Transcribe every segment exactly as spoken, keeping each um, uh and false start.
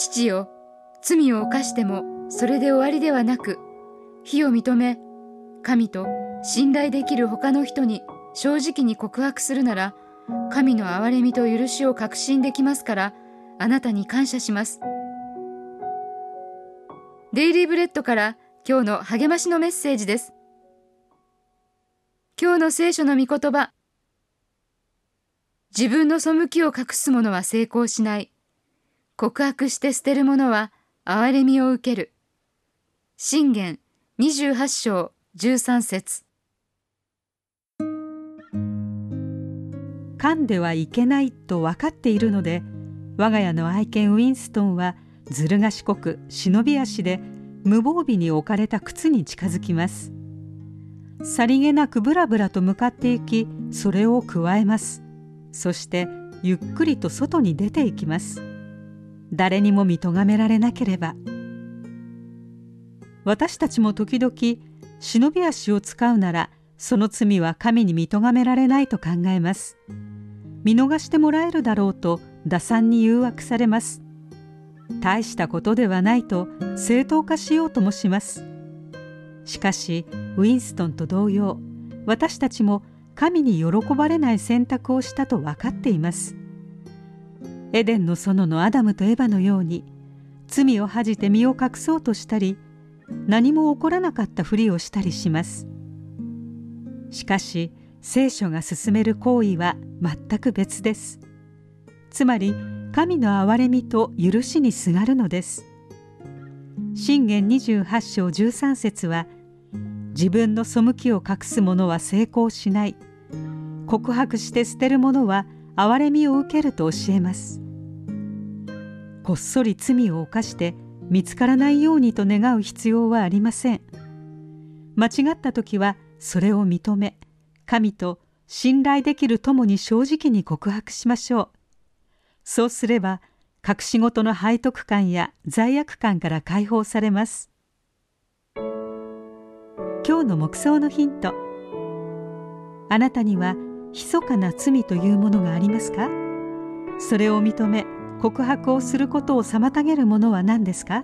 父よ、罪を犯してもそれで終わりではなく、非を認め、神と信頼できる他の人に正直に告白するなら、神の憐れみと許しを確信できますから、あなたに感謝します。デイリーブレッドから今日の励ましのメッセージです。今日の聖書の御言葉。自分の背きを隠す者は成功しない。告白して捨てる者は憐れみを受ける。箴言にじゅうはち章じゅうさん節。 噛んではいけないと分かっているので、我が家の愛犬ウィンストンはずる賢く忍び足で無防備に置かれた靴に近づきます。さりげなくブラブラと向かっていき、それをくわえます。そしてゆっくりと外に出ていきます。誰にも見とがめられなければ。私たちも時々忍び足を使うなら、その罪は神に見とがめられないと考えます。見逃してもらえるだろうと打算に誘惑されます。大したことではないと正当化しようともします。しかしウィンストンと同様、私たちも神に喜ばれない選択をしたと分かっています。エデンの園のアダムとエバのように、罪を恥じて身を隠そうとしたり、何も起こらなかったふりをしたりします。しかし聖書が勧める行為は全く別です。つまり神の憐れみと許しにすがるのです。箴言にじゅうはち章じゅうさん節は、自分の背きを隠す者は成功しない。告白して捨てる者は憐れみを受けると教えます。こっそり罪を犯して見つからないようにと願う必要はありません。間違った時はそれを認め、神と信頼できる友に正直に告白しましょう。そうすれば隠し事の背徳感や罪悪感から解放されます。今日の黙想のヒント。あなたには密かな罪というものがありますか？それを認め告白をすることを妨げるものは何ですか？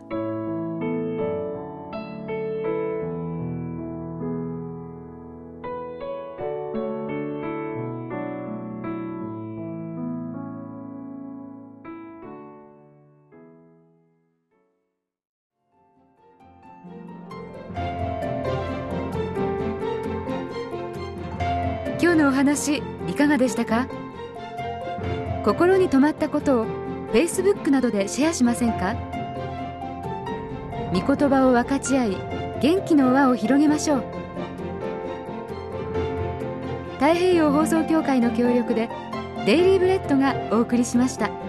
今日のお話いかがでしたか？心に留まったことを Facebook などでシェアしませんか？御言葉を分かち合い、元気の輪を広げましょう。太平洋放送協会の協力でデイリーブレッドがお送りしました。